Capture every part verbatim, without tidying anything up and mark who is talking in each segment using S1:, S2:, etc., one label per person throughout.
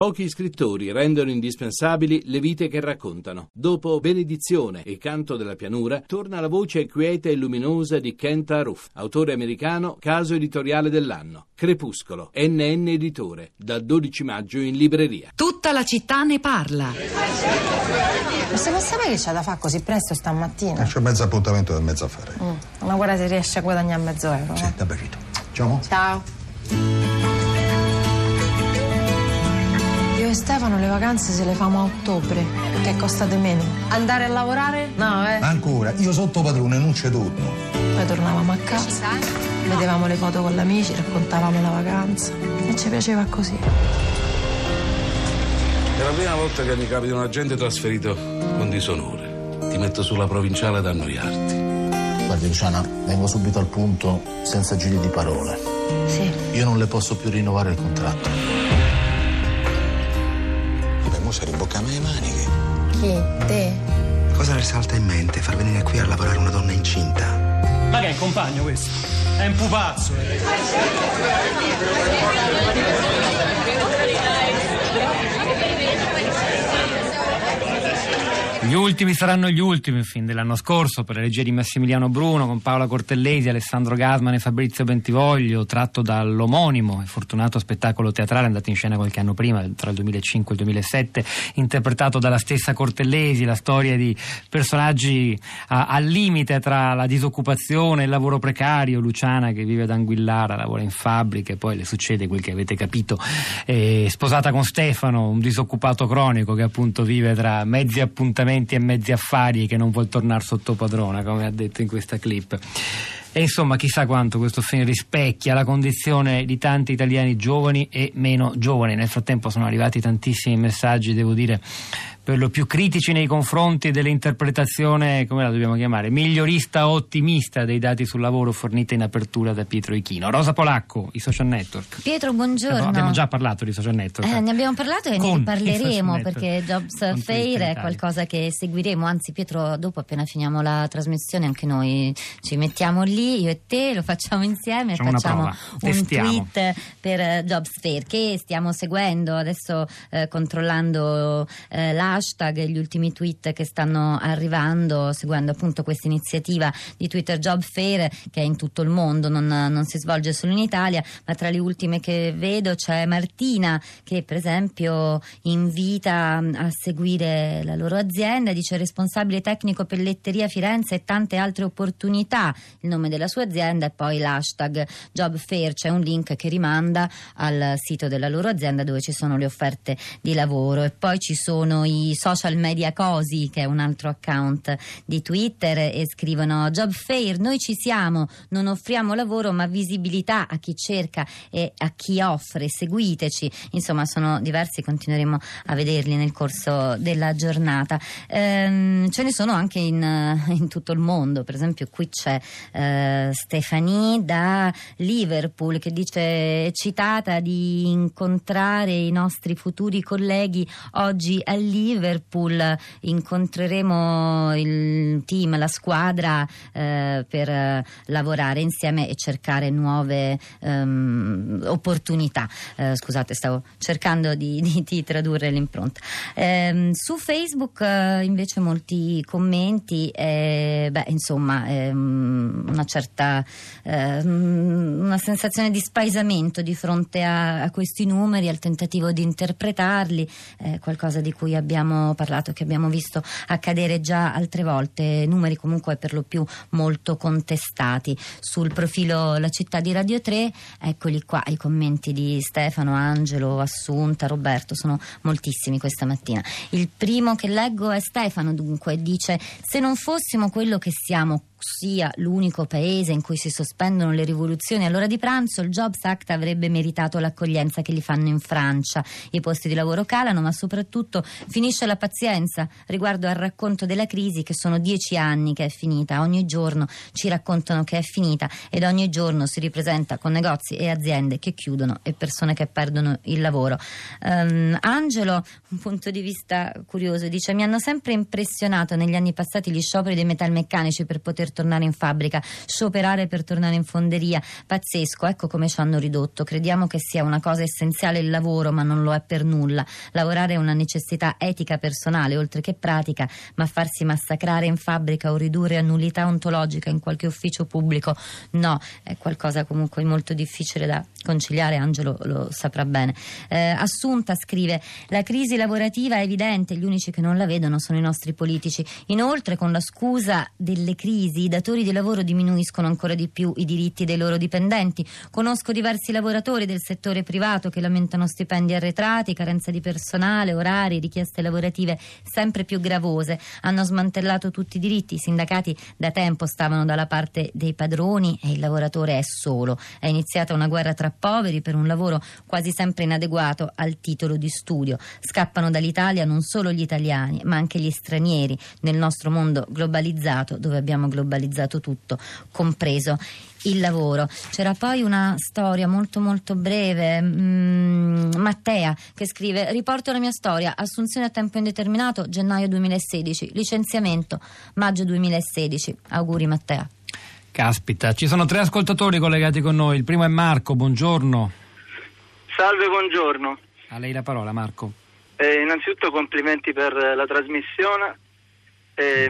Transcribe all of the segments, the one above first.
S1: Pochi scrittori rendono indispensabili le vite che raccontano. Dopo Benedizione e Canto della pianura, torna la voce quieta e luminosa di Kent Aruf, autore americano, caso editoriale dell'anno. Crepuscolo, N N Editore, dal dodici maggio in libreria.
S2: Tutta la città ne parla.
S3: Possiamo sapere che c'è da fare così presto stamattina?
S4: Eh, c'ho mezzo appuntamento e mezzo affare.
S3: Mm. Ma guarda se riesce a guadagnare mezzo euro.
S4: Sì,
S3: eh.
S4: da bacito. Ciao.
S3: Ciao. Io e Stefano le vacanze se le famo a ottobre, perché costa di meno. Andare a lavorare? No, eh.
S4: Ancora, io sotto padrone non c'è torno.
S3: Poi tornavamo a casa, vedevamo le foto con gli amici, raccontavamo la vacanza e ci piaceva così.
S5: È la prima volta che mi capita un agente trasferito con disonore. Ti metto sulla provinciale ad annoiarti.
S6: Guardi Luciana, vengo subito al punto, senza giri di parole.
S3: Sì.
S6: Io non le posso più rinnovare il contratto.
S7: Vabbè, mo si riboccano le maniche.
S3: Chi? Te?
S7: Cosa le salta in mente far venire qui a lavorare una donna incinta?
S8: Ma che è un compagno questo? È un pupazzo. Eh.
S9: Gli ultimi saranno gli ultimi, un film dell'anno scorso per la regia di Massimiliano Bruno con Paola Cortellesi, Alessandro Gasman e Fabrizio Bentivoglio, tratto dall'omonimo e fortunato spettacolo teatrale andato in scena qualche anno prima, tra il duemilacinque e il duemilasette, interpretato dalla stessa Cortellesi, la storia di personaggi a, al limite tra la disoccupazione e il lavoro precario. Luciana che vive ad Anguillara, lavora in fabbrica e poi le succede quel che avete capito, eh, sposata con Stefano, un disoccupato cronico che appunto vive tra mezzi appuntamenti e mezzi affari e che non vuol tornare sotto padrona, come ha detto in questa clip. E insomma chissà quanto questo film rispecchia la condizione di tanti italiani giovani e meno giovani. Nel frattempo sono arrivati tantissimi messaggi, devo dire, per lo più critici nei confronti dell'interpretazione, come la dobbiamo chiamare, migliorista ottimista dei dati sul lavoro fornita in apertura da Pietro Ichino. Rosa Polacco, i social network.
S10: Pietro, buongiorno.
S9: Abbiamo già parlato di social network.
S10: Eh, ne abbiamo parlato e ne riparleremo perché Jobs
S9: Con
S10: Fair è qualcosa che seguiremo. Anzi, Pietro, dopo appena finiamo la trasmissione anche noi ci mettiamo lì, io e te, lo facciamo insieme,
S9: facciamo
S10: facciamo
S9: un
S10: Testiamo. tweet per Jobs Fair che stiamo seguendo adesso, eh, controllando eh, l'hashtag e gli ultimi tweet che stanno arrivando, seguendo appunto questa iniziativa di Twitter Job Fair che è in tutto il mondo, non, non si svolge solo in Italia, ma tra le ultime che vedo c'è Martina che per esempio invita a seguire la loro azienda, dice responsabile tecnico pelletteria Firenze e tante altre opportunità, il nome della sua azienda e poi l'hashtag Job Fair, c'è un link che rimanda al sito della loro azienda dove ci sono le offerte di lavoro. E poi ci sono i social media Cosi, che è un altro account di Twitter, e scrivono Job Fair, noi ci siamo, non offriamo lavoro ma visibilità a chi cerca e a chi offre, seguiteci. Insomma sono diversi, continueremo a vederli nel corso della giornata. Ehm, ce ne sono anche in, in tutto il mondo, per esempio qui c'è eh, Stefanie da Liverpool che dice, è citata di incontrare i nostri futuri colleghi oggi a Liverpool, incontreremo il team, la squadra eh, per eh, lavorare insieme e cercare nuove ehm, opportunità. Eh, scusate, stavo cercando di, di, di tradurre l'impronta. Eh, su Facebook eh, invece molti commenti, eh, beh insomma ehm, una certa eh, una sensazione di spaesamento di fronte a, a questi numeri, al tentativo di interpretarli, eh, qualcosa di cui abbiamo parlato, che abbiamo visto accadere già altre volte, numeri comunque per lo più molto contestati. Sul profilo La Città di Radio tre, eccoli qua i commenti di Stefano, Angelo, Assunta, Roberto, sono moltissimi questa mattina. Il primo che leggo è Stefano, dunque, dice: se non fossimo quello che siamo, sia l'unico paese in cui si sospendono le rivoluzioni all'ora di pranzo, il Jobs Act avrebbe meritato l'accoglienza che gli fanno in Francia. I posti di lavoro calano, ma soprattutto finisce la pazienza riguardo al racconto della crisi, che sono dieci anni che è finita. Ogni giorno ci raccontano che è finita ed ogni giorno si ripresenta con negozi e aziende che chiudono e persone che perdono il lavoro. Um, Angelo, un punto di vista curioso, dice: mi hanno sempre impressionato negli anni passati gli scioperi dei metalmeccanici per poter per tornare in fabbrica, scioperare per tornare in fonderia. Pazzesco, ecco come ci hanno ridotto. Crediamo che sia una cosa essenziale il lavoro, ma non lo è per nulla. Lavorare è una necessità etica personale oltre che pratica, ma farsi massacrare in fabbrica o ridurre a nullità ontologica in qualche ufficio pubblico, no, è qualcosa comunque molto difficile da conciliare. Angelo lo saprà bene. eh, Assunta scrive: la crisi lavorativa è evidente, gli unici che non la vedono sono i nostri politici. Inoltre, con la scusa delle crisi, i datori di lavoro diminuiscono ancora di più i diritti dei loro dipendenti. Conosco diversi lavoratori del settore privato che lamentano stipendi arretrati, carenza di personale, orari, richieste lavorative sempre più gravose. Hanno smantellato tutti i diritti. I sindacati da tempo stavano dalla parte dei padroni e il lavoratore è solo. È iniziata una guerra tra poveri per un lavoro quasi sempre inadeguato al titolo di studio. Scappano dall'Italia non solo gli italiani, ma anche gli stranieri, nel nostro mondo globalizzato, dove abbiamo globalizzato tutto, compreso il lavoro. C'era poi una storia molto molto breve, mm, Mattea che scrive: riporto la mia storia, assunzione a tempo indeterminato gennaio duemilasedici, licenziamento maggio duemilasedici. Auguri Mattea.
S9: Caspita, ci sono tre ascoltatori collegati con noi. Il primo è Marco, buongiorno.
S11: Salve, buongiorno.
S9: A lei la parola, Marco.
S11: Eh, innanzitutto complimenti per la trasmissione. Eh,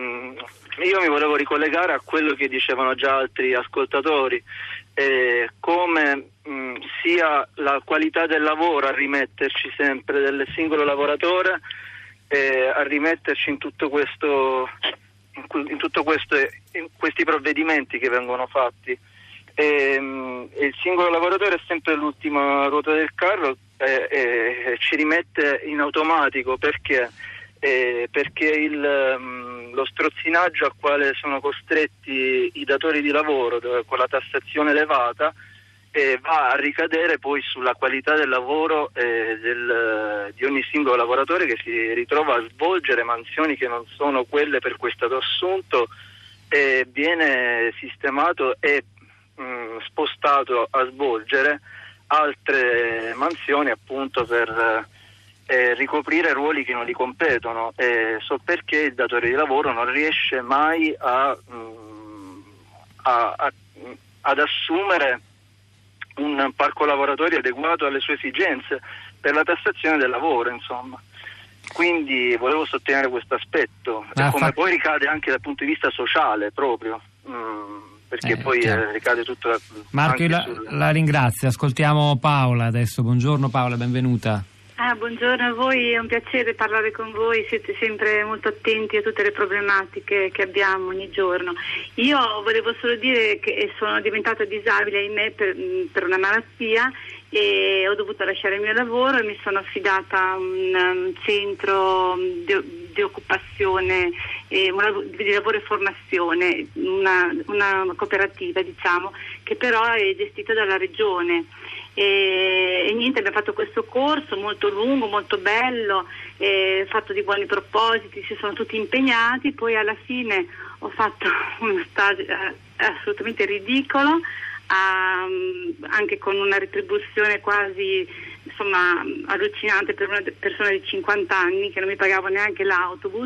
S11: io mi volevo ricollegare a quello che dicevano già altri ascoltatori, eh, come mh, sia la qualità del lavoro a rimetterci sempre del singolo lavoratore, eh, a rimetterci in tutto questo in tutto questo in questi provvedimenti che vengono fatti. E, mh, il singolo lavoratore è sempre l'ultima ruota del carro, e, e ci rimette in automatico perché eh, perché il, mh, lo strozzinaggio al quale sono costretti i datori di lavoro dove, con la tassazione elevata eh, va a ricadere poi sulla qualità del lavoro eh, del, di ogni singolo lavoratore, che si ritrova a svolgere mansioni che non sono quelle per cui è stato assunto, e viene sistemato e mh, spostato a svolgere altre mansioni appunto per eh, ricoprire ruoli che non gli competono, eh, so perché il datore di lavoro non riesce mai a, mh, a, a ad assumere un parco lavoratori adeguato alle sue esigenze per la tassazione del lavoro, insomma. Quindi volevo sottolineare questo aspetto, ah, come fa... poi ricade anche dal punto di vista sociale proprio, mm, perché eh, poi eh, ricade tutto da,
S9: Marco, la, sul... la ringrazio. Ascoltiamo Paola adesso. Buongiorno Paola, benvenuta.
S12: Ah, buongiorno a voi, è un piacere parlare con voi, siete sempre molto attenti a tutte le problematiche che abbiamo ogni giorno. Io volevo solo dire che sono diventata disabile, ahimè, per, per una malattia, e ho dovuto lasciare il mio lavoro e mi sono affidata a un, un centro di, di occupazione, eh, una, di lavoro e formazione, una, una cooperativa, diciamo, che però è gestita dalla regione. E, e niente, abbiamo fatto questo corso molto lungo, molto bello, eh, fatto di buoni propositi, si sono tutti impegnati, poi alla fine ho fatto uno stage eh, assolutamente ridicolo, Uh, anche con una retribuzione quasi insomma allucinante per una persona di cinquanta anni che non mi pagava neanche l'autobus,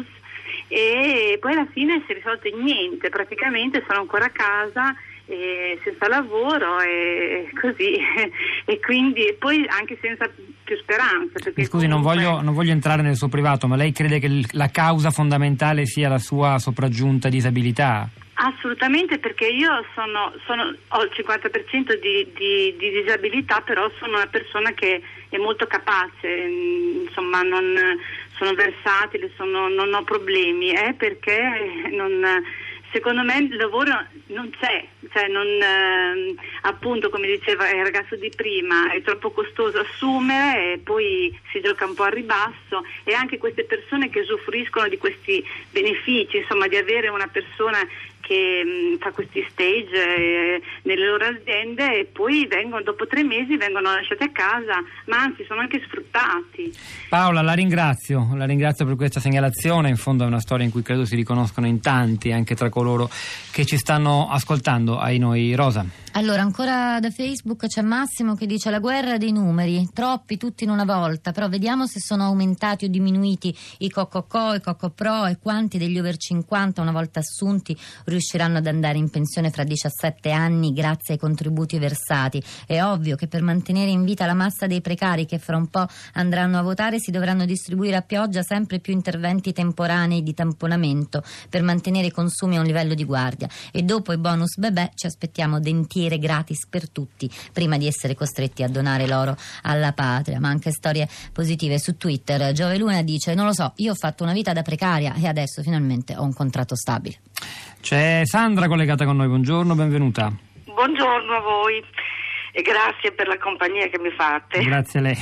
S12: e poi alla fine si è risolto in niente, praticamente sono ancora a casa e senza lavoro e così e quindi poi anche senza più speranza. Perché
S9: scusi, comunque... non voglio non voglio entrare nel suo privato, ma lei crede che la causa fondamentale sia la sua sopraggiunta disabilità?
S12: Assolutamente, perché io sono, sono ho il cinquanta per cento di, di, di disabilità, però sono una persona che è molto capace, insomma non sono versatile, sono, non ho problemi, eh, perché non, secondo me il lavoro non c'è, cioè non, eh, appunto come diceva il ragazzo di prima, è troppo costoso assumere e poi si gioca un po' al ribasso, e anche queste persone che usufruiscono di questi benefici, insomma di avere una persona che mh, fa questi stage eh, nelle loro aziende, e poi vengono dopo tre mesi vengono lasciati a casa, ma anzi sono anche sfruttati.
S9: Paola, la ringrazio, la ringrazio per questa segnalazione. In fondo è una storia in cui credo si riconoscono in tanti, anche tra coloro che ci stanno ascoltando. Ai noi, Rosa.
S10: Allora, ancora da Facebook c'è Massimo che dice: la guerra dei numeri, troppi tutti in una volta, però vediamo se sono aumentati o diminuiti i Cococò, i Cocopro e quanti degli over cinquanta una volta assunti riusciranno ad andare in pensione fra diciassette anni grazie ai contributi versati. È ovvio che per mantenere in vita la massa dei precari che fra un po' andranno a votare si dovranno distribuire a pioggia sempre più interventi temporanei di tamponamento per mantenere i consumi a un livello di guardia, e dopo i bonus bebè ci aspettiamo dentiere gratis per tutti prima di essere costretti a donare l'oro alla patria. Ma anche storie positive su Twitter. Giove Luna dice: non lo so, io ho fatto una vita da precaria e adesso finalmente ho un contratto stabile.
S9: C'è Sandra collegata con noi, buongiorno, benvenuta.
S13: Buongiorno a voi e grazie per la compagnia che mi fate.
S9: Grazie a lei.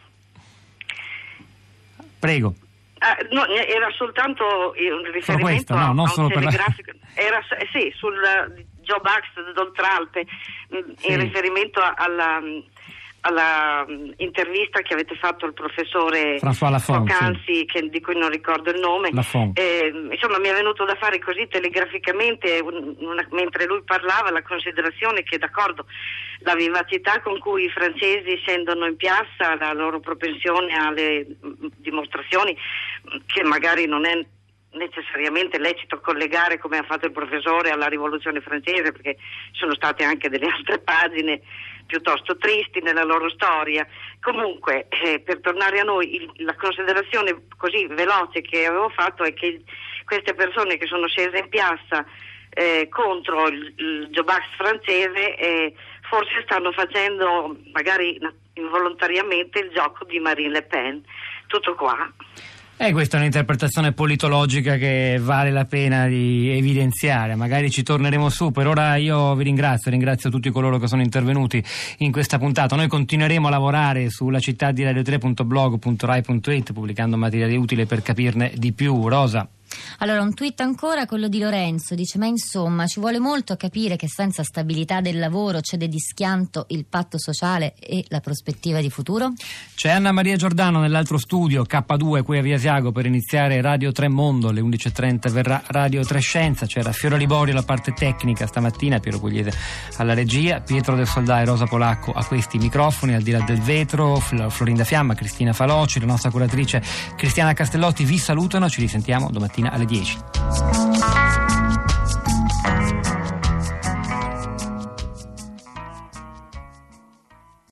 S9: Prego.
S13: Ah, no, era soltanto un riferimento
S9: questo, no, non
S13: a
S9: solo
S13: un
S9: per
S13: telegrafico. La... Era eh, sì, sul Job Act d'Oltralpe, sì. In riferimento alla, alla intervista che avete fatto al professore Focanzi, sì. Di cui non ricordo il nome. Eh, insomma, mi è venuto da fare così telegraficamente, una, mentre lui parlava, la considerazione che, d'accordo, la vivacità con cui i francesi scendono in piazza, la loro propensione alle dimostrazioni, che magari non è necessariamente lecito collegare, come ha fatto il professore, alla rivoluzione francese, perché sono state anche delle altre pagine piuttosto tristi nella loro storia. Comunque, eh, per tornare a noi, il, la considerazione così veloce che avevo fatto è che il, queste persone che sono scese in piazza eh, contro il, il Job Act francese eh, forse stanno facendo, magari involontariamente, il gioco di Marine Le Pen. Tutto qua.
S9: Eh, questa è un'interpretazione politologica che vale la pena di evidenziare, magari ci torneremo su. Per ora io vi ringrazio, ringrazio tutti coloro che sono intervenuti in questa puntata. Noi continueremo a lavorare sulla città di radio tre punto blog punto rai punto it pubblicando materiale utile per capirne di più. Rosa.
S10: Allora, un tweet ancora, quello di Lorenzo, dice: ma insomma ci vuole molto a capire che senza stabilità del lavoro cede di schianto il patto sociale e la prospettiva di futuro.
S9: C'è Anna Maria Giordano nell'altro studio K due qui a Via Asiago per iniziare Radio tre Mondo. Alle undici e trenta verrà Radio tre Scienza. C'era Fiora Liborio alla parte tecnica stamattina, Piero Pugliese alla regia, Pietro del Soldà e Rosa Polacco a questi microfoni. Al di là del vetro, Florinda Fiamma, Cristina Faloci, la nostra curatrice Cristiana Castellotti vi salutano. Ci risentiamo domattina alle dieci.